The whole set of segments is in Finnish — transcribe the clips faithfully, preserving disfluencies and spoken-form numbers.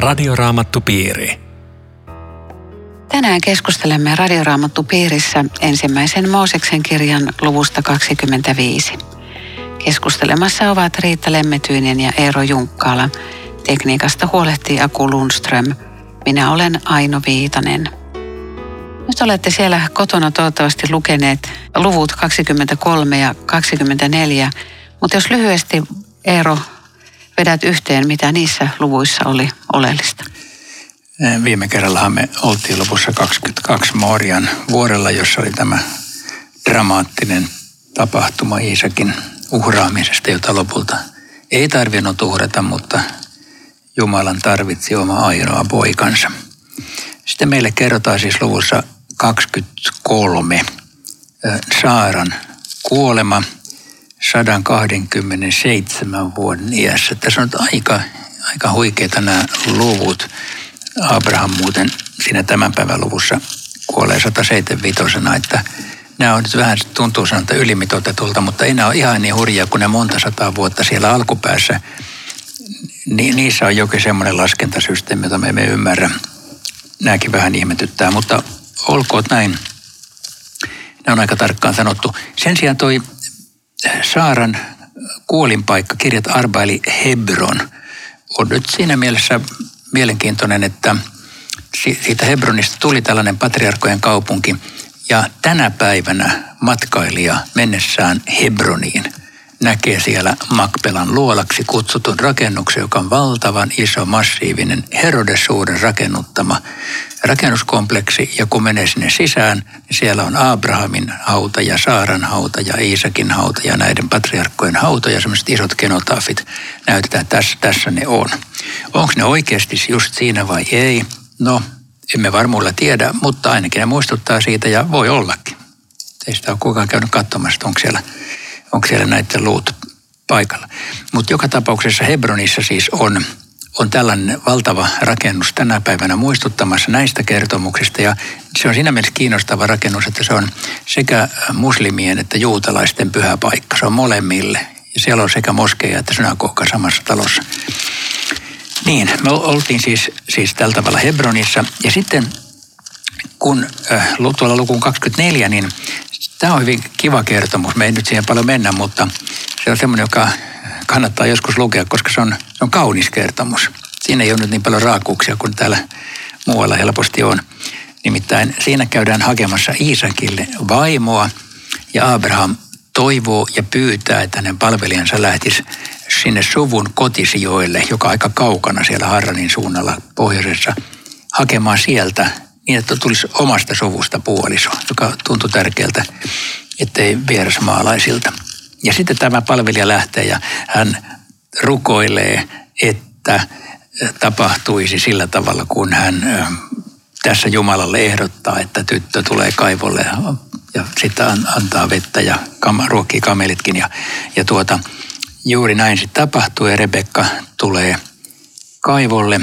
Radioraamattupiiri. Tänään keskustelemme Radioraamattupiirissä ensimmäisen Mooseksen kirjan luvusta kaksikymmentäviisi. Keskustelemassa ovat Riitta Lemmetyinen ja Eero Junkkaala. Tekniikasta huolehtii Aku Lundström. Minä olen Aino Viitanen. Nyt olette siellä kotona toivottavasti lukeneet luvut kaksikymmentäkolme ja kaksikymmentäneljä, mutta jos lyhyesti, Eero, vedät yhteen, mitä niissä luvuissa oli oleellista. Viime kerrallahan me oltiin luvussa kaksikymmentäkaksi Moorian vuorella, jossa oli tämä dramaattinen tapahtuma Iisakin uhraamisesta, jota lopulta ei tarvinnut uhrata, mutta Jumalan tarvitsi oma ainoa poikansa. Sitten meille kerrotaan siis luvussa kaksikymmentäkolme Saaran kuolema sata kaksikymmentäseitsemän vuoden iässä. Tässä on aika, aika huikeita nämä luvut. Abraham muuten siinä tämän päivän luvussa kuolee sata seitsemänkymmentäviisi, että nämä on nyt vähän tuntuu sanota ylimitoitetulta, mutta ei nämä ole ihan niin hurjia kuin ne monta sataa vuotta siellä alkupäässä. Ni, niissä on jokin semmoinen laskentasysteemi, jota me emme ymmärrä. Nämäkin vähän ihmetyttää, mutta olkoot näin. Nämä on aika tarkkaan sanottu. Sen sijaan toi Saaran kuolinpaikka, kirjat Arba eli Hebron, on nyt siinä mielessä mielenkiintoinen, että siitä Hebronista tuli tällainen patriarkkojen kaupunki. Ja tänä päivänä matkailija mennessään Hebroniin näkee siellä Makpelan luolaksi kutsutun rakennuksen, joka on valtavan iso, massiivinen, Herodes suuren rakennuttama rakennuskompleksi. Ja kun menee sinne sisään, niin siellä on Abrahamin hauta ja Saaran hauta ja Iisakin hauta ja näiden patriarkkojen hauta ja sellaiset isot kenotafit näytetään, että tässä, tässä ne on. Onko ne oikeasti just siinä vai ei? No, emme varmuudella tiedä, mutta ainakin ne muistuttaa siitä ja voi ollakin. Ei sitä ole kukaan käynyt katsomassa, onko siellä, onko siellä näiden luut paikalla. Mutta joka tapauksessa Hebronissa siis on, on tällainen valtava rakennus tänä päivänä muistuttamassa näistä kertomuksista. Ja se on siinä mielessä kiinnostava rakennus, että se on sekä muslimien että juutalaisten pyhä paikka. Se on molemmille. Ja siellä on sekä moskeja että synagoga samassa talossa. Niin, me oltiin siis, siis tällä tavalla Hebronissa. Ja sitten kun äh, tuolla lukuun kaksikymmentäneljä, niin tämä on hyvin kiva kertomus. Me ei nyt siihen paljon mennä, mutta se on semmoinen, joka kannattaa joskus lukea, koska se on, se on kaunis kertomus. Siinä ei ole nyt niin paljon raakuuksia kuin täällä muualla helposti on. Nimittäin siinä käydään hakemassa Iisakille vaimoa ja Abraham toivoo ja pyytää, että hänen palvelijansa lähtisi sinne suvun kotisijoille, joka on aika kaukana siellä Harranin suunnalla pohjoisessa, hakemaan sieltä niin, että tulisi omasta suvusta puoliso, joka tuntui tärkeältä, ettei vierasmaalaisilta. Ja sitten tämä palvelija lähtee ja hän rukoilee, että tapahtuisi sillä tavalla, kun hän tässä Jumalalle ehdottaa, että tyttö tulee kaivolle ja, ja sitten antaa vettä ja kam, ruokkii kamelitkin. Ja, ja tuota, juuri näin sitten tapahtuu ja Rebekka tulee kaivolle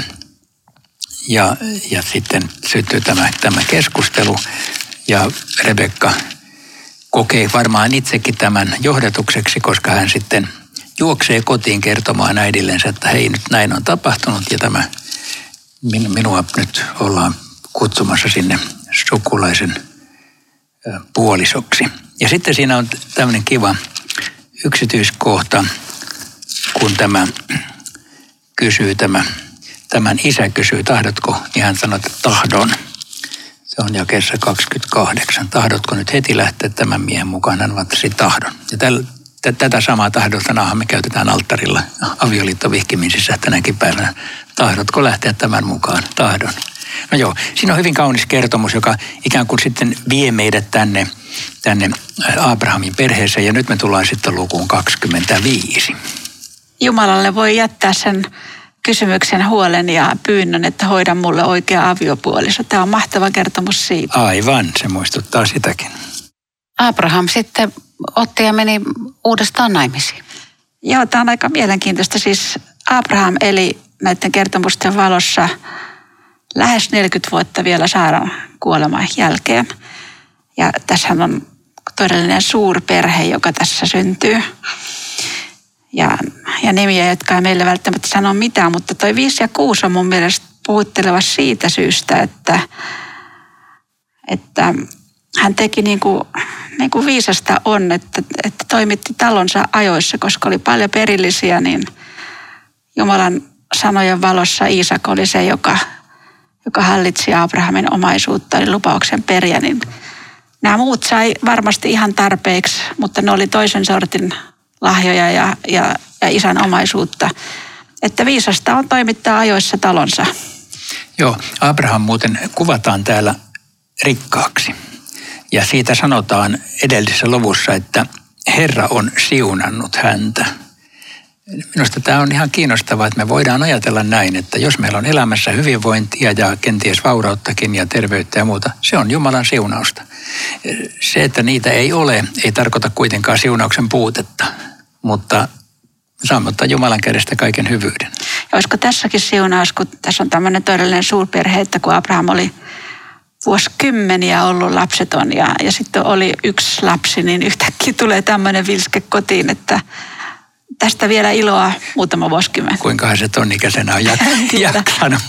ja, ja sitten syttyy tämä, tämä keskustelu ja Rebekka kokee varmaan itsekin tämän johdatukseksi, koska hän sitten juoksee kotiin kertomaan äidillensä, että hei, nyt näin on tapahtunut ja tämä minua nyt ollaan kutsumassa sinne sukulaisen puolisoksi. Ja sitten siinä on tämmöinen kiva yksityiskohta, kun tämä kysyy, tämä, tämän isä kysyy, tahdotko, niin hän sanoo, että tahdon. Se on jakeessa kaksikymmentäkahdeksan. Tahdotko nyt heti lähteä tämän miehen mukaan? Hän vastasi tahdon. Ja täl, t- tätä samaa tahdonsanaahan me käytetään alttarilla avioliittovihkimisissä tänäkin päivänä. Tahdotko lähteä tämän mukaan? Tahdon. No joo, siinä on hyvin kaunis kertomus, joka ikään kuin sitten vie meidät tänne, tänne Abrahamin perheeseen. Ja nyt me tullaan sitten lukuun kaksikymmentäviisi. Jumalalle voi jättää sen kysymyksen, huolen ja pyynnön, että hoida mulle oikea aviopuoliso. Tämä on mahtava kertomus siitä. Aivan, se muistuttaa sitäkin. Abraham sitten otti ja meni uudestaan naimisiin. Joo, tämä on aika mielenkiintoista. Siis Abraham eli näiden kertomusten valossa lähes neljäkymmentä vuotta vielä Saaran kuoleman jälkeen. Ja tässähän on todellinen suurperhe, joka tässä syntyy. Ja, ja nimiä, jotka ei meille välttämättä sano mitään, mutta toi viisi ja kuusi on mun mielestä puhutteleva siitä syystä, että, että hän teki niin kuin, niin kuin viisasta on, että, että toimitti talonsa ajoissa, koska oli paljon perillisiä, niin Jumalan sanojen valossa Iisak oli se, joka, joka hallitsi Abrahamin omaisuutta, eli lupauksen perijä. Niin nämä muut sai varmasti ihan tarpeeksi, mutta ne oli toisen sortin lahjoja ja, ja, ja isän omaisuutta. Että viisasta on toimittaa ajoissa talonsa. Joo, Abraham muuten kuvataan täällä rikkaaksi. Ja siitä sanotaan edellisessä luvussa, että Herra on siunannut häntä. Minusta tämä on ihan kiinnostavaa, että me voidaan ajatella näin, että jos meillä on elämässä hyvinvointia ja kenties vaurauttakin ja terveyttä ja muuta, se on Jumalan siunausta. Se, että niitä ei ole, ei tarkoita kuitenkaan siunauksen puutetta, mutta saamme ottaa Jumalan kädestä kaiken hyvyyden. Ja olisiko tässäkin siunaus, kun tässä on tämmöinen todellinen suurperhe, että kun Abraham oli vuosikymmeniä ollut lapseton ja, ja sitten oli yksi lapsi, niin yhtäkkiä tulee tämmöinen vilske kotiin, että tästä vielä iloa muutama vuosikymmen. Kuinkahan se tonnikäisenä on jak- jaksanut.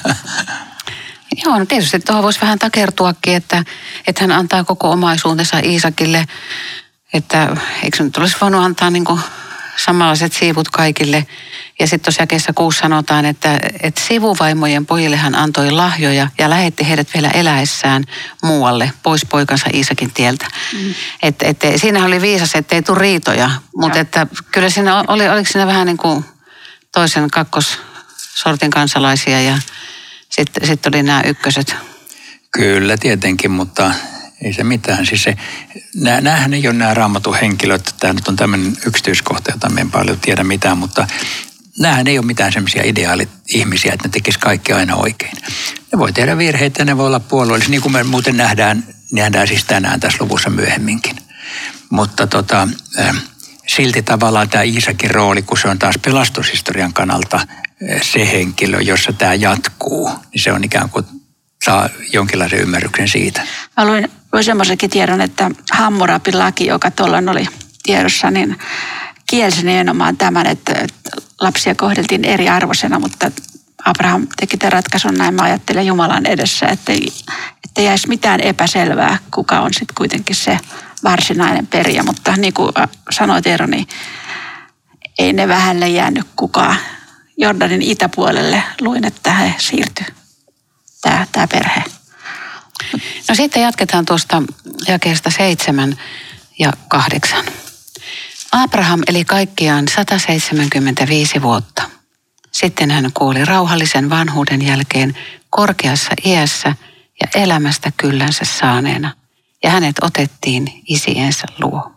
Joo, no tietysti tuohon voisi vähän takertuakin, että, että hän antaa koko omaisuutensa Iisakille, että eikö nyt olisi voinut antaa niin kuin samanlaiset siivut kaikille. Ja sitten tuossa jakeessa kuusi sanotaan, että, että sivuvaimojen pojille hän antoi lahjoja ja lähetti heidät vielä eläessään muualle, pois poikansa Iisakin tieltä. Mm. Et, et, siinä oli viisas, ettei tule riitoja, mutta että kyllä siinä oli, oliko siinä vähän niin kuin toisen kakkossortin kansalaisia ja sitten sit oli nämä ykköset. Kyllä tietenkin, mutta ei se mitään. Siis se, näähän ei ole nämä Raamatun henkilöt. Tämä nyt on tämmöinen yksityiskohta, jota me en paljon tiedä mitään, mutta näähän ei ole mitään semmoisia ideaali-ihmisiä, että ne tekisi kaikki aina oikein. Ne voi tehdä virheitä ja ne voi olla puolueellisia, niin kuin me muuten nähdään, nähdään siis tänään tässä luvussa myöhemminkin. Mutta tota, silti tavallaan tämä Iisakin rooli, kun se on taas pelastushistorian kannalta se henkilö, jossa tämä jatkuu, niin se on ikään kuin saa jonkinlaisen ymmärryksen siitä. Mä luin, luin semmoisenkin tiedon, että Hammurabin laki, joka tuolloin oli tiedossa, niin kielsi nimenomaan tämän, että lapsia kohdeltiin eriarvoisena, mutta Abraham teki tämän ratkaisun näin, mä ajattelen Jumalan edessä, että ei, että ei jäisi mitään epäselvää, kuka on sitten kuitenkin se varsinainen perijä. Mutta niin kuin sanoit Eero, niin ei ne vähälle jäänyt kukaan. Jordanin itäpuolelle luin, että he siirtyi, tämä, tämä perhe. No sitten jatketaan tuosta jakeesta seitsemän ja kahdeksan. Abraham eli kaikkiaan sata seitsemänkymmentäviisi vuotta. Sitten hän kuoli rauhallisen vanhuuden jälkeen korkeassa iässä ja elämästä kyllänsä saaneena. Ja hänet otettiin isiensä luo.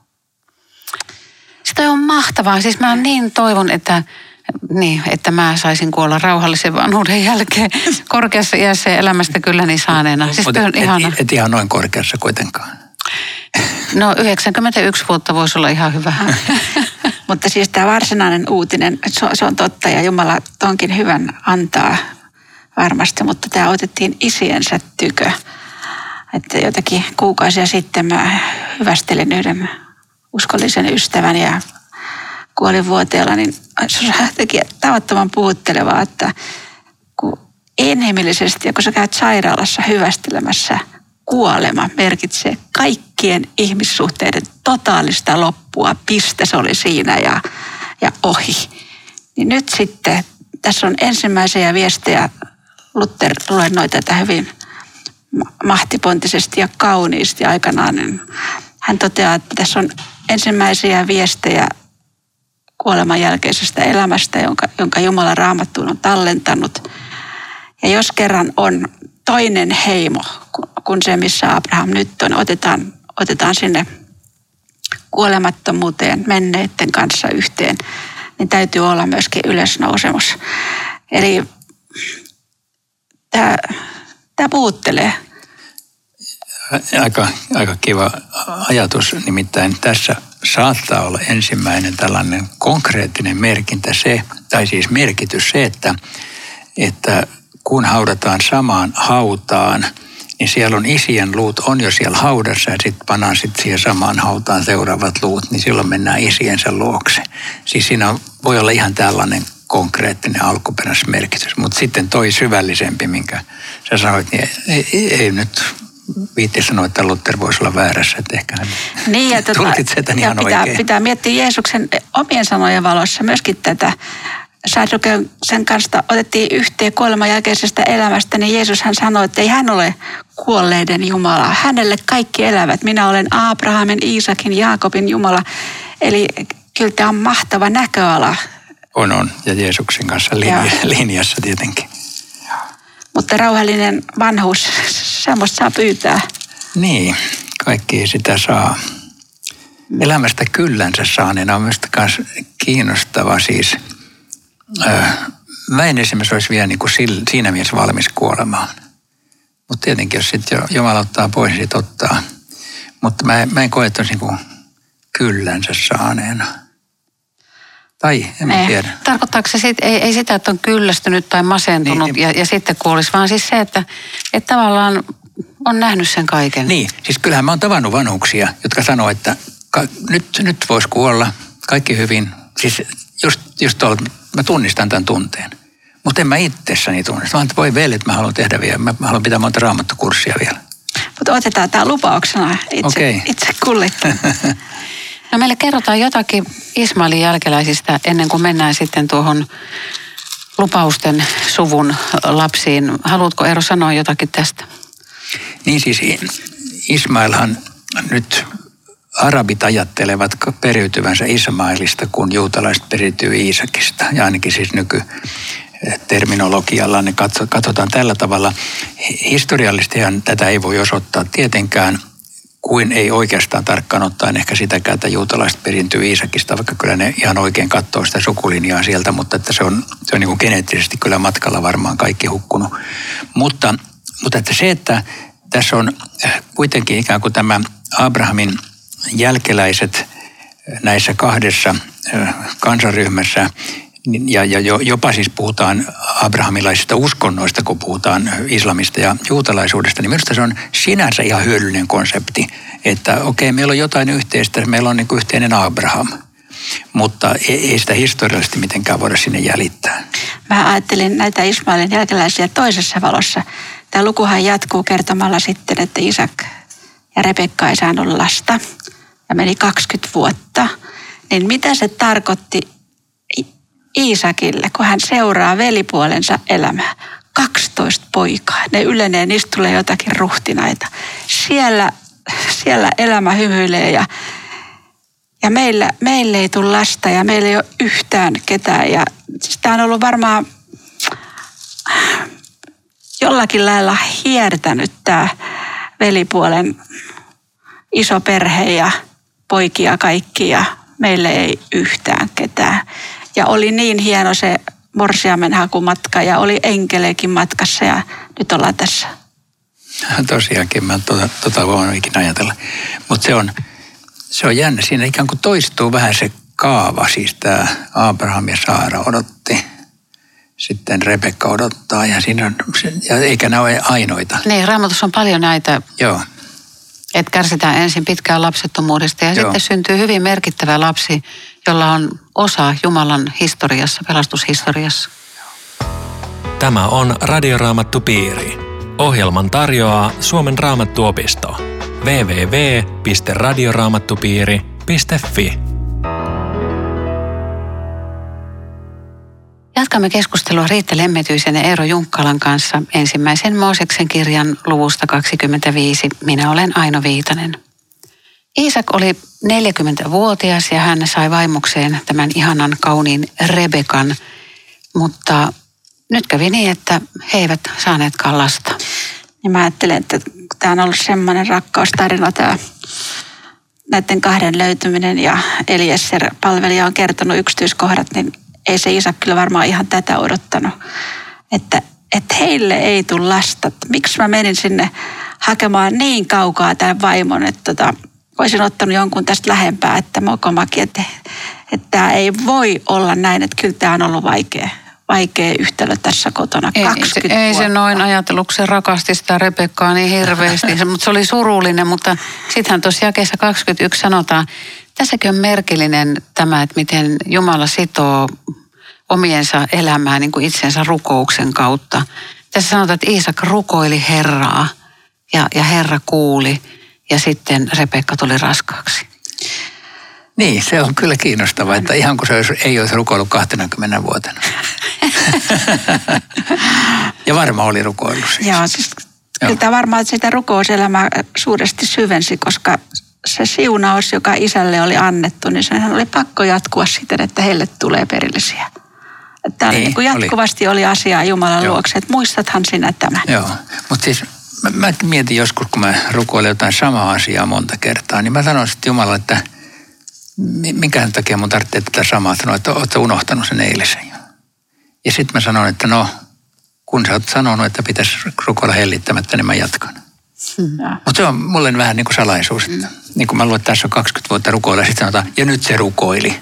Sitä on mahtavaa. Siis mä niin toivon, että, niin, että mä saisin kuolla rauhallisen vanhuuden jälkeen korkeassa iässä ja elämästä kylläni saaneena. Siis Mutta on et, ihana. et, et ihan noin korkeassa kuitenkaan. No yhdeksänkymmentäyksi vuotta voisi olla ihan hyvä. Mutta siis tämä varsinainen uutinen, se on, se on totta ja Jumala tonkin hyvän antaa varmasti, mutta tämä otettiin isiensä tykö. Että jotakin kuukausia sitten mä hyvästelin yhden uskollisen ystävän ja kuolin vuoteella, niin se on jotenkin tavattoman puhuttelevaa, että kun inhimillisesti ja kun sä käyt sairaalassa hyvästelemässä, kuolema merkitsee kaikkien ihmissuhteiden totaalista loppua, piste se oli siinä ja, ja ohi. Niin nyt sitten tässä on ensimmäisiä viestejä, Luther luennoi tätä hyvin mahtipontisesti ja kauniisti aikanaan. Niin hän toteaa, että tässä on ensimmäisiä viestejä kuoleman jälkeisestä elämästä, jonka, jonka Jumala Raamattuun on tallentanut. Ja jos kerran on toinen heimo kuin se, missä Abraham nyt on, otetaan, otetaan sinne kuolemattomuuteen menneiden kanssa yhteen, niin täytyy olla myöskin ylösnousemus. Eli tämä, tämä puhuttelee. Aika, aika kiva ajatus, nimittäin tässä saattaa olla ensimmäinen tällainen konkreettinen merkintä se, tai siis merkitys se, että, että kun haudataan samaan hautaan, niin siellä on isien luut on jo siellä haudassa ja sitten pannaan sitten siihen samaan hautaan seuraavat luut, niin silloin mennään isiensä luokse. Siis siinä voi olla ihan tällainen konkreettinen alkuperäismerkitys. Mutta sitten toi syvällisempi, minkä sä sanoit, niin ei, ei, ei nyt viitti sanoa, että Luther voisi olla väärässä, että ehkä hän niin, ja tota, tulkitsee tämän ihan pitää, oikein. Pitää miettiä Jeesuksen omien sanojen valossa myöskin tätä. Sadukeen kanssa otettiin yhteen kuoleman jälkeisestä elämästä, niin Jeesus hän sanoi, että ei hän ole kuolleiden Jumala. Hänelle kaikki elävät. Minä olen Abrahamin, Iisakin, Jaakobin Jumala. Eli kyllä tämä on mahtava näköala. On, on. Ja Jeesuksen kanssa linja, linjassa tietenkin. Mutta rauhallinen vanhuus, semmoista saa pyytää. Niin, kaikki sitä saa. Elämästä kyllänsä saaneena on myös kiinnostava siis. Äh, mä en esimerkiksi olisi vielä niin kuin siinä mielessä valmis kuolemaan. Mutta tietenkin, jos sitten Jumala ottaa pois, niin ottaa. Mutta mä, mä en koe, että olisi niin kuin kyllänsä saaneena. Tai en mä tiedä. Tarkoittaako se sit, ei, ei sitä, että on kyllästynyt tai masentunut niin, ja, ja sitten kuolisi, vaan siis se, että, että tavallaan on nähnyt sen kaiken. Niin, siis kyllähän mä oon tavannut vanhuksia, jotka sanoo, että ka, nyt, nyt voisi kuolla, kaikki hyvin. Siis just, just tuolla, mä tunnistan tämän tunteen. Mutta en mä itsessäni tunnista. Mä voi veli, että mä haluan tehdä vielä, mä haluan pitää monta raamattokurssia vielä. Mutta otetaan tämä lupauksena itse, okay. itse kullekin. No meille kerrotaan jotakin Ismailin jälkeläisistä ennen kuin mennään sitten tuohon lupausten suvun lapsiin. Haluatko Eero sanoa jotakin tästä? Niin siis Ismailhan nyt arabit ajattelevat periytyvänsä Ismailista, kun juutalaiset periytyy Iisakista. Ja ainakin siis nykyterminologialla ne katsotaan tällä tavalla. Historiallisestihan tätä ei voi osoittaa tietenkään, kuin ei oikeastaan tarkkaan ottaen ehkä sitäkään, että juutalaiset perintyy Iisakista, vaikka kyllä ne ihan oikein katsoo sitä sukulinjaa sieltä, mutta että se on, se on niin kuin geneettisesti kyllä matkalla varmaan kaikki hukkunut. Mutta, mutta että se, että tässä on kuitenkin ikään kuin tämä Abrahamin jälkeläiset näissä kahdessa kansaryhmässä, ja, ja jopa siis puhutaan abrahamilaisista uskonnoista, kun puhutaan islamista ja juutalaisuudesta, niin minusta se on sinänsä ihan hyödyllinen konsepti, että okei, meillä on jotain yhteistä, meillä on niin kuin yhteinen Abraham, mutta ei sitä historiallisesti mitenkään voida sinne jäljittää. Mä ajattelin näitä Ismailin jälkeläisiä toisessa valossa. Tämä lukuhan jatkuu kertomalla sitten, että Isak ja Rebekka ei saanut lasta ja meni kaksikymmentä vuotta. Niin mitä se tarkoitti Iisakille, kun hän seuraa velipuolensa elämää? kaksitoista poikaa. Ne ylenee, niistä tulee jotakin ruhtinaita. Siellä, siellä elämä hymyilee ja, ja meillä, meillä ei tule lasta ja meillä ei ole yhtään ketään. Ja siis tämä on ollut varmaan jollakin lailla hiertänyt tämä velipuolen iso perhe ja poikia kaikki ja meille ei yhtään ketään. Ja oli niin hieno se morsiamen hakumatka ja oli enkeleekin matkassa ja nyt ollaan tässä. Tosiaankin, mä en tota, tota voinut ikinä ajatella. Mutta se on, se on jännä. Siinä ikään kuin toistuu vähän se kaava. Siis tämä Abraham ja Saara odotti. Sitten Rebekka odottaa ja siinä on, ja eikä ne ole ainoita. Niin, Raamatussa on paljon näitä. Joo. Että kärsitään ensin pitkään lapsettomuudesta ja Joo. sitten syntyy hyvin merkittävä lapsi, jolla on osa Jumalan historiassa, pelastushistoriassa. Tämä on Radioraamattupiiri. Ohjelman tarjoaa Suomen Raamattuopisto. double-u double-u double-u piste radioraamattupiiri piste fi. Jatkamme keskustelua Riitta Lemmetyisen ja Eero Junkkalan kanssa ensimmäisen Mooseksen kirjan luvusta kaksikymmentäviisi. Minä olen Aino Viitanen. Iisak oli neljäkymmentävuotias ja hän sai vaimokseen tämän ihanan kauniin Rebekan, mutta nyt kävi niin, että he eivät saaneetkaan lasta. Ja mä ajattelen, että tämä on ollut semmoinen rakkaustarina tämä näiden kahden löytyminen ja Eliezer palvelija on kertonut yksityiskohdat, niin ei se Iisak kyllä varmaan ihan tätä odottanut, että, että heille ei tule lasta. Miksi mä menin sinne hakemaan niin kaukaa tämän vaimon, että tota, olisin ottanut jonkun tästä lähempää, että mokomakin, että, että tämä ei voi olla näin, että kyllä tämä on ollut vaikea, vaikea yhtälö tässä kotona. Ei, kaksikymmentä se, ei vuotta. se noin ajatellut, kun se rakasti sitä Rebekkaa niin hirveästi, mutta se oli surullinen, mutta sittenhän tuossa jakeessa kaksikymmentäyksi sanotaan, tässäkin on merkillinen tämä, että miten Jumala sitoo omiensa elämää niin kuin itsensä rukouksen kautta. Tässä sanotaan, että Iisak rukoili Herraa ja, ja Herra kuuli ja sitten Rebekka tuli raskaaksi. Niin, se on kyllä kiinnostavaa, että ihan kun se olisi, ei olisi rukoillut kaksikymmentä vuotena. Ja varmaan oli rukoillut siis. Joo, siis kyllä tämä varmaan sitä rukouselämää suuresti syvensi, koska se siunaus, joka isälle oli annettu, niin senhän oli pakko jatkua siten, että heille tulee perillisiä. Tämä niin, niin jatkuvasti oli, oli asiaa Jumalan Joo. luokse, että muistathan sinä tämän. Joo, mutta siis mä, mä mietin joskus, kun mä rukoilen jotain samaa asiaa monta kertaa, niin mä sanoin sitten Jumalalle, että minkä takia mun tarvitsee tätä samaa sanoa, että ootko unohtanut sen eilisen. Ja sitten mä sanoin, että no, kun sä oot sanonut, että pitäisi rukoilla hellittämättä, niin mä jatkan. Hmm. Mutta se on mulle vähän niin kuin salaisuus. Että, hmm. niin kuin mä luulen, että tässä on kaksikymmentä vuotta rukoilla, ja sitten sanotaan, ja nyt se rukoili.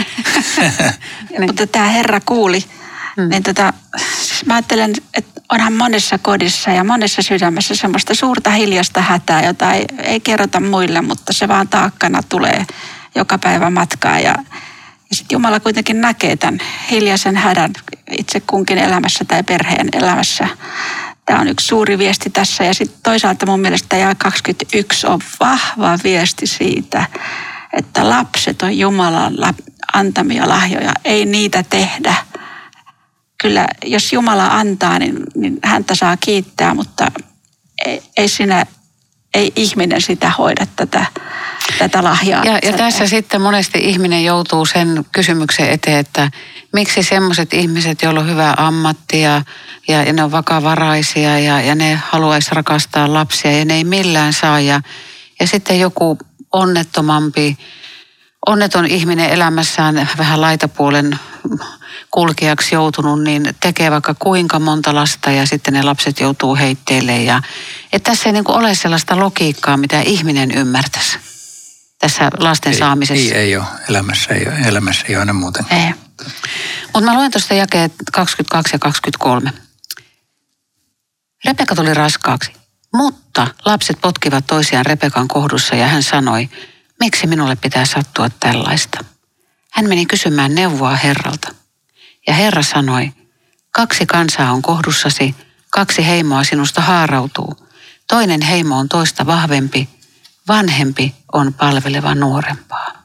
Mutta tämä Herra kuuli. Hmm. Niin tota, siis mä ajattelen, että onhan monessa kodissa ja monessa sydämessä semmoista suurta hiljasta hätää, jota ei, ei kerrota muille, mutta se vaan taakkana tulee joka päivä matkaa. Ja, ja sitten Jumala kuitenkin näkee tämän hiljaisen hädän itse kunkin elämässä tai perheen elämässä. Tämä on yksi suuri viesti tässä. Ja sitten toisaalta mun mielestä jae kaksikymmentäyksi on vahva viesti siitä, että lapset on Jumalan antamia lahjoja. Ei niitä tehdä. Kyllä, jos Jumala antaa, niin, niin häntä saa kiittää, mutta ei, ei, sinä, ei ihminen sitä hoida tätä, tätä lahjaa. Ja, ja tässä sitten monesti ihminen joutuu sen kysymyksen eteen, että miksi semmoiset ihmiset, joilla on hyvä ammatti ja, ja, ja ne on vakavaraisia ja, ja ne haluaisi rakastaa lapsia ja ne ei millään saa. Ja, ja sitten joku onnettomampi, onneton ihminen elämässään vähän laitapuolen kulkijaksi joutunut, niin tekee vaikka kuinka monta lasta ja sitten ne lapset joutuu heitteille. Ja, että tässä ei niin kuin ole sellaista logiikkaa, mitä ihminen ymmärtäisi tässä lasten ei, saamisessa. Ei, ei ole. Elämässä ei ole, elämässä ei ole aina muuten. Ei. Mutta mä luen tuosta jakeet kaksikymmentäkaksi ja kaksikymmentäkolme. Rebekka tuli raskaaksi, mutta lapset potkivat toisiaan Rebekan kohdussa ja hän sanoi, miksi minulle pitää sattua tällaista? Hän meni kysymään neuvoa Herralta. Ja Herra sanoi, kaksi kansaa on kohdussasi, kaksi heimoa sinusta haarautuu. Toinen heimo on toista vahvempi, vanhempi on palveleva nuorempaa.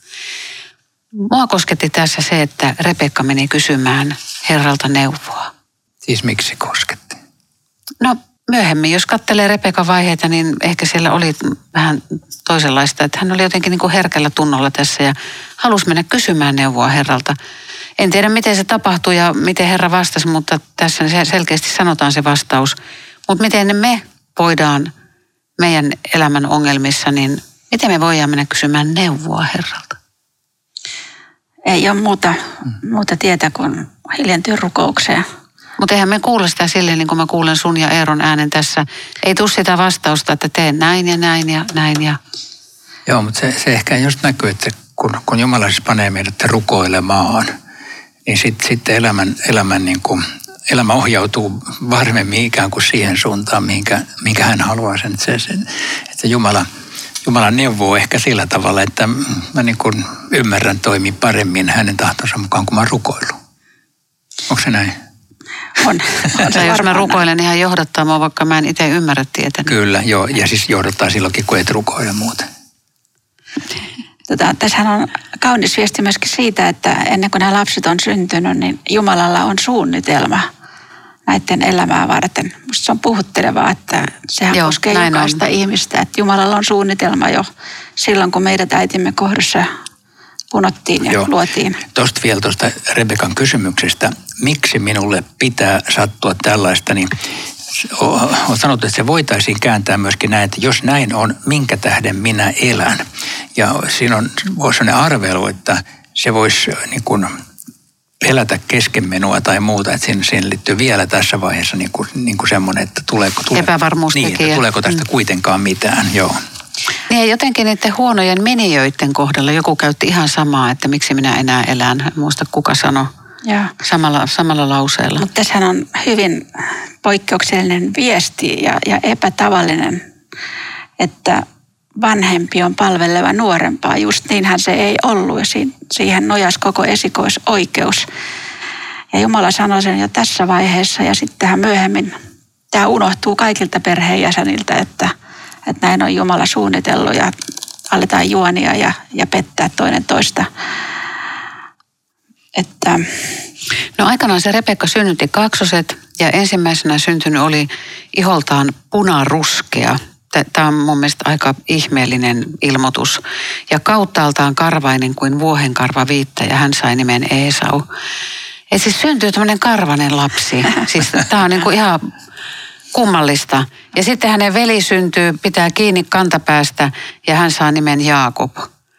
Mua kosketti tässä se, että Rebekka meni kysymään Herralta neuvoa. Siis miksi kosketti? No myöhemmin, jos katselee Rebekan vaiheita, niin ehkä siellä oli vähän toisenlaista, että hän oli jotenkin niin kuin herkällä tunnolla tässä ja halusi mennä kysymään neuvoa Herralta. En tiedä, miten se tapahtui ja miten Herra vastasi, mutta tässä selkeästi sanotaan se vastaus. Mutta miten me voidaan meidän elämän ongelmissa, niin miten me voidaan mennä kysymään neuvoa Herralta? Ei ole muuta, muuta tietä kuin hiljentyä rukoukseen. Mutta eihän me kuule sitä silleen, niin kuin mä kuulen sun ja Eeron äänen tässä. Ei tule sitä vastausta, että teen näin ja näin ja näin ja... Joo, mutta se, se ehkä just näkyy, että kun, kun Jumala siis panee meidät rukoilemaan, niin sitten sit elämän, elämän niin kuin, elämä ohjautuu varmemmin ikään kuin siihen suuntaan, minkä, minkä hän haluaa sen. Että, se, se, että Jumala, Jumala neuvoo ehkä sillä tavalla, että mä niin kuin ymmärrän toimia paremmin hänen tahtonsa mukaan, kun mä rukoilu. Onko se näin? On. on se jos mä rukoilen, niin hän johdattaa mua, vaikka mä en itse ymmärrä tietä. Kyllä, joo. Ja siis johdattaa silloinkin, kun et rukoile muuten. Tota, tässähän on kaunis viesti myöskin siitä, että ennen kuin nämä lapset on syntynyt, niin Jumalalla on suunnitelma näiden elämää varten. Musta se on puhuttelevaa, että sehän joo, koskee jokaista on. ihmistä. Että Jumalalla on suunnitelma jo silloin, kun meidät äitimme kohdussa punottiin ja joo. luotiin. Tuosta vielä tuosta Rebekan kysymyksestä, miksi minulle pitää sattua tällaista, niin on sanottu, että se voitaisiin kääntää myöskin näin, että jos näin on, minkä tähden minä elän. Ja siinä on sellainen arvelu, että se voisi niin kuin pelätä keskenmenoa tai muuta, että siihen, siihen liittyy vielä tässä vaiheessa niin kuin, niin kuin semmoinen, että tuleeko, tule, niin, että tuleeko tästä kuitenkaan mitään, joo. Niin jotenkin niiden huonojen minijöiden kohdalla joku käytti ihan samaa, että miksi minä enää elän. En muista kuka sanoi samalla, samalla lauseella. Mutta tässähän on hyvin poikkeuksellinen viesti ja, ja epätavallinen, että vanhempi on palveleva nuorempaa. Just niinhän se ei ollut ja siihen nojasi koko esikoisoikeus. Ja Jumala sanoi sen jo tässä vaiheessa ja sittenhän myöhemmin tämä unohtuu kaikilta perheenjäseniltä, että, että näin on Jumala suunnitellut ja aletaan juonia ja, ja pettää toinen toista. Että... No aikanaan se Rebekka synnytti kaksoset ja ensimmäisenä syntynyt oli iholtaan punaruskea. Tämä on mun mielestä aika ihmeellinen ilmoitus. Ja kauttaaltaan karvainen kuin vuohenkarva viitta ja hän sai nimen Eesau. Et siis syntyy tämmöinen karvanen lapsi. Siis tämä on niinku ihan kummallista. Ja sitten hänen veli syntyy, pitää kiinni kantapäästä ja hän saa nimen Jaakob.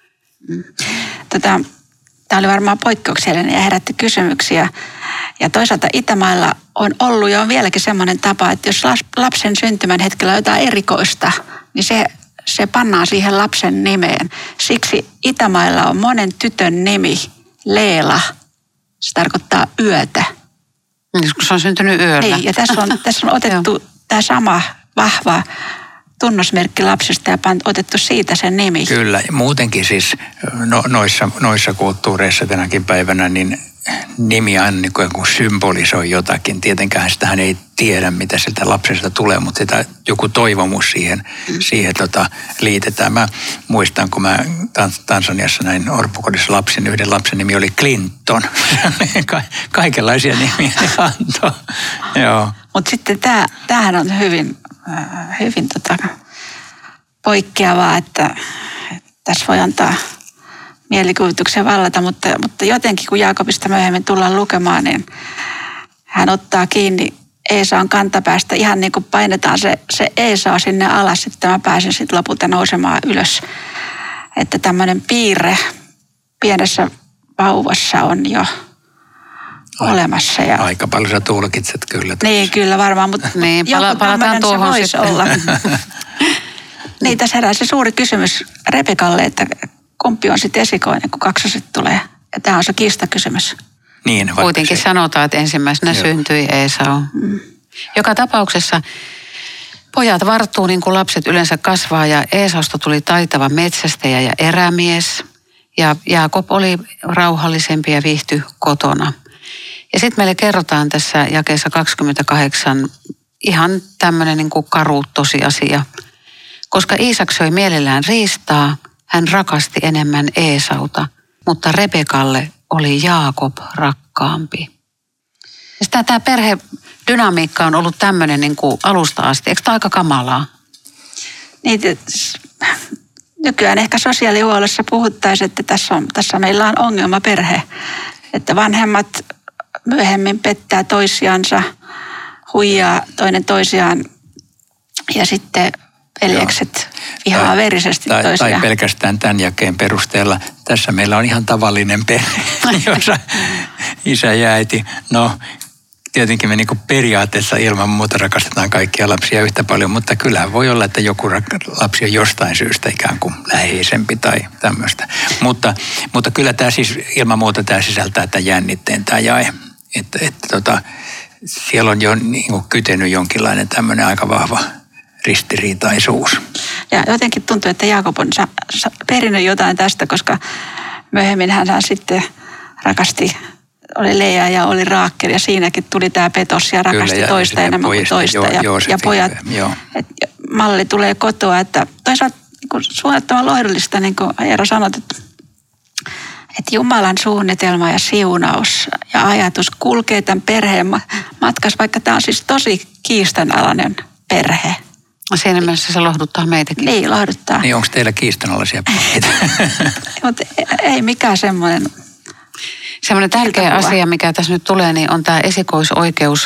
Tätä, tämä oli varmaan poikkeuksellinen ja herätti kysymyksiä. Ja toisaalta Itämailla on ollut ja on vieläkin semmoinen tapa, että jos lapsen syntymän hetkellä on jotain erikoista, niin se, se pannaan siihen lapsen nimeen. Siksi Itämailla on monen tytön nimi Leela. Se tarkoittaa yötä. Kun se on syntynyt yöllä. Niin, ja tässä on, tässä on otettu tämä sama vahva tunnusmerkki lapsesta ja otettu siitä sen nimi. Kyllä, muutenkin siis no, noissa, noissa kulttuureissa tänäkin päivänä niin nimi aina niin kuin symbolisoi jotakin. Tietenkään sitähän ei tiedä, mitä sieltä lapsesta tulee, mutta sitä joku toivomus siihen, mm. siihen tota, liitetään. Mä muistan, kun mä Tansaniassa näin orpokodissa lapsen, yhden lapsen nimi oli Clinton. Ka- kaikenlaisia nimiä ne antoi. Joo. Mutta sitten tämä, tämähän on hyvin, äh, hyvin tota, poikkeavaa, että, että tässä voi antaa mielikuvituksen vallata, mutta, mutta jotenkin kun Jaakobista myöhemmin tullaan lukemaan, niin hän ottaa kiinni Eesaun kantapäästä. Ihan niin kuin painetaan se, se Eesau sinne alas, että mä pääsen sitten lopulta nousemaan ylös. Että tämmöinen piirre pienessä vauvassa on jo Aika, olemassa. Ja... Aika paljon sä tulkitset kyllä. Niin, kyllä varmaan, mutta niin, pala- palataan tuohon se voisi sitten. olla. Niin, tässä herää se suuri kysymys Rebekalle, että kumpi on sitten esikoinen, kun kaksoset tulee. Ja tämä on se kiistakysymys. Niin, kuitenkin se... sanotaan, että ensimmäisenä Joo. syntyi Eesau. Mm. Joka tapauksessa pojat varttuu niin kuin lapset yleensä kasvaa ja Eesausta tuli taitava metsästäjä ja erämies. Ja Jaakob oli rauhallisempi ja viihtyi kotona. Ja sitten meille kerrotaan tässä jakeessa kaksikymmentäkahdeksan ihan tämmöinen niin kuin karu tosiasia. Koska Iisak söi mielellään riistaa, hän rakasti enemmän Eesauta, mutta Rebekalle oli Jaakob rakkaampi. Ja tämä perhedynamiikka on ollut tämmöinen niin kuin alusta asti. Eikö tämä aika kamalaa? Niin, nykyään ehkä sosiaalihuollossa puhuttaisiin, että tässä, on, tässä meillä on ongelmaperhe. Että vanhemmat myöhemmin pettää toisiansa, huijaa toinen toisiaan ja sitten veljekset vihaa verisesti tai, toisiaan. Tai pelkästään tämän jakeen perusteella. Tässä meillä on ihan tavallinen perhe, jossa isä ja äiti, no tietenkin me niin periaatteessa ilman muuta rakastetaan kaikkia lapsia yhtä paljon, mutta kyllähän voi olla, että joku lapsi on jostain syystä ikään kuin läheisempi tai tämmöistä. Mutta, mutta kyllä tämä siis ilman muuta tämä sisältää tämän jännitteen tämä jae, että, että tota, siellä on jo niin kuin kytenyt jonkinlainen tämmöinen aika vahva ristiriitaisuus. Ja jotenkin tuntuu, että Jaakob on sa- sa- perinnyt jotain tästä, koska myöhemmin hän sitten rakasti, oli Leija ja oli Raakel ja siinäkin tuli tämä petos ja rakasti Kyllä, ja toista enemmän kuin toista. Jo, ja, Joosefin, ja pojat, et, malli tulee kotoa, että toisaalta niin suunnattoman lohdullista, niin kuin Eero sanot, että, että Jumalan suunnitelma ja siunaus ja ajatus kulkee tämän perheen matkassa, vaikka tämä on siis tosi kiistanalainen perhe. Siinä mielessä se lohduttaa meitäkin. Niin, lohduttaa. Niin, onko teillä kiistanalaisia perheitä? Mutta ei mikään semmoinen... Semmoinen tärkeä asia, mikä tässä nyt tulee, niin on tämä esikoisoikeus.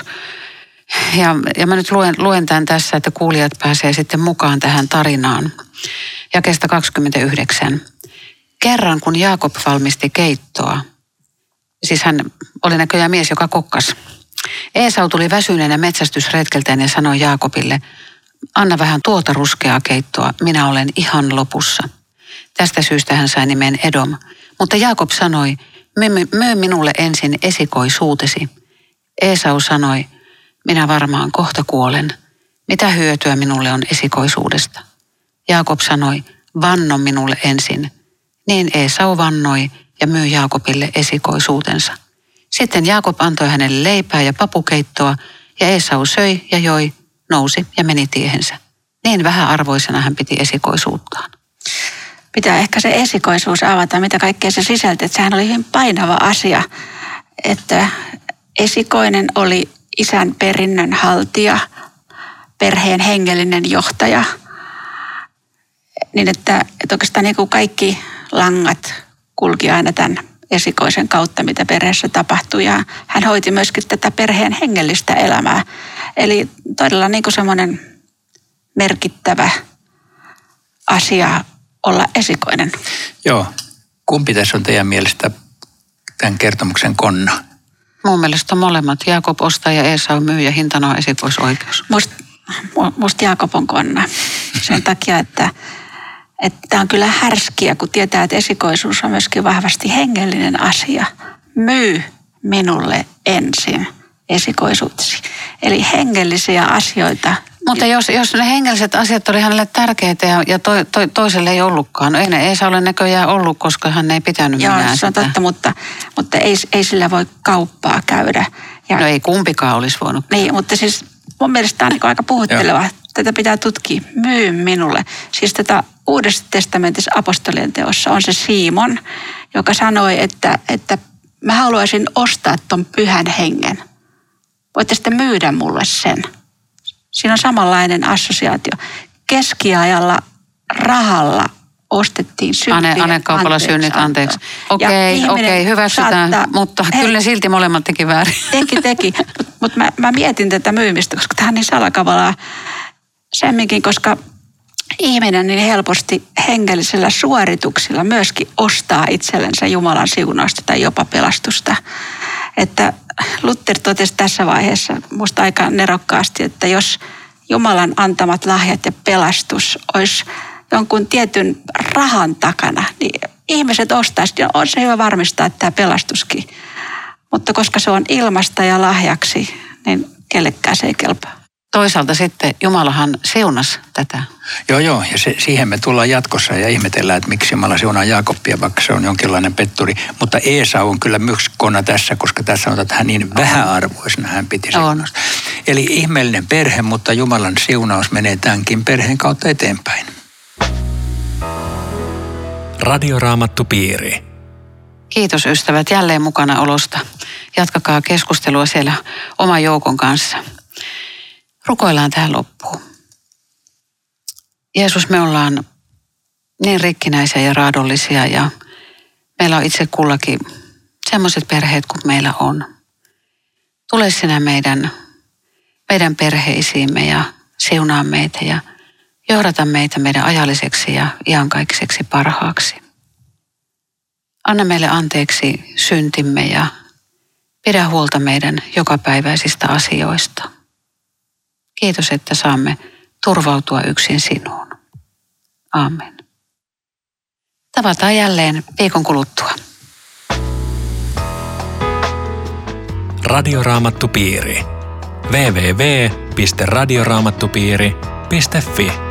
Ja, ja mä nyt luen, luen tämän tässä, että kuulijat pääsee sitten mukaan tähän tarinaan. Jakeesta kaksikymmentäyhdeksän. Kerran kun Jaakob valmisti keittoa, siis hän oli näköjään mies, joka kokkas. Eesau tuli väsyneenä metsästysretkeltään ja sanoi Jaakobille, anna vähän tuota ruskeaa keittoa, minä olen ihan lopussa. Tästä syystä hän sai nimen Edom. Mutta Jaakob sanoi, myö minulle ensin esikoisuutesi. Eesau sanoi, minä varmaan kohta kuolen. Mitä hyötyä minulle on esikoisuudesta? Jaakob sanoi, vanno minulle ensin. Niin Eesau vannoi ja myi Jaakobille esikoisuutensa. Sitten Jaakob antoi hänelle leipää ja papukeittoa, ja Esau söi ja joi, nousi ja meni tiehensä. Niin vähäarvoisena hän piti esikoisuuttaan. Pitää ehkä se esikoisuus avata, mitä kaikkea se sisälti. Että sehän oli hyvin painava asia, että esikoinen oli isän perinnön haltija, perheen hengellinen johtaja. Niin että, että oikeastaan niin kuin kaikki langat kulki aina tämän esikoisen kautta, mitä perheessä tapahtui. Ja hän hoiti myöskin tätä perheen hengellistä elämää. Eli todella niin kuin semmoinen merkittävä asia olla esikoinen. Joo. Kumpi tässä on teidän mielestä tämän kertomuksen konna? Mun mielestä molemmat. Jaakob ostaa ja Esau myy ja hintana on esikoisoikeus. Must, musta Jaakob on konna. Sen takia, että tämä on kyllä härskiä, kun tietää, että esikoisuus on myöskin vahvasti hengellinen asia. Myy minulle ensin esikoisuutesi. Eli hengellisiä asioita. Mutta jos, jos ne hengelliset asiat oli hänelle tärkeitä ja, ja to, to, toiselle ei ollutkaan. No ei ne Esaulle näköjään ollut, koska hän ei pitänyt Joo, minään se on sitä. totta, mutta, mutta ei, ei sillä voi kauppaa käydä. Ja, No ei kumpikaan olisi voinut. niin, mutta siis mun mielestä tämä on niin aika puhutteleva. Tätä pitää tutkia. Myy minulle. Siis tätä Uudessa testamentissa apostolien teossa on se Simon, joka sanoi, että, että mä haluaisin ostaa ton pyhän hengen. Voitte sitten myydä mulle sen. Siinä on samanlainen assosiaatio. Keskiajalla rahalla ostettiin syntien Ane, ane kaupalla synnit anteeksi. Okei, okei, hyväksytään, saattaa, mutta hei, kyllä ne silti molemmat teki väärin. Teki, teki. Mutta mut mä, mä mietin tätä myymistä, koska tämä on niin salakavalaa semminkin, koska ihminen niin helposti hengellisellä suorituksilla myöskin ostaa itsellensä Jumalan siunausta tai jopa pelastusta. Että Luther totesi tässä vaiheessa musta aika nerokkaasti, että jos Jumalan antamat lahjat ja pelastus olisi jonkun tietyn rahan takana, niin ihmiset ostaisivat, ja on se hyvä varmistaa, että tämä pelastuskin. Mutta koska se on ilmasta ja lahjaksi, niin kellekään se ei kelpaa. Toisaalta sitten Jumalahan siunasi tätä. Joo, joo. Ja se, siihen me tullaan jatkossa ja ihmetellään, että miksi Jumala siunaa Jaakobia, vaikka se on jonkinlainen petturi. Mutta Esau on kyllä myös konna tässä, koska tässä sanotaan, että hän niin vähäarvoisena hän piti siunausta. Eli ihmeellinen perhe, mutta Jumalan siunaus menee tämänkin perheen kautta eteenpäin. Radioraamattupiiri. Kiitos ystävät jälleen mukana olosta. Jatkakaa keskustelua siellä oman joukon kanssa. Rukoillaan tähän loppuun. Jeesus, me ollaan niin rikkinäisiä ja raadollisia ja meillä on itse kullakin semmoiset perheet kuin meillä on. Tule sinä meidän, meidän perheisiimme ja siunaa meitä ja johdata meitä meidän ajalliseksi ja iankaikkiseksi parhaaksi. Anna meille anteeksi syntimme ja pidä huolta meidän jokapäiväisistä asioista. Kiitos, että saamme turvautua yksin sinuun. Aamen. Tavataan jälleen viikon kuluttua. Radioraamattupiiri. double-u double-u double-u piste radioraamattupiiri piste fi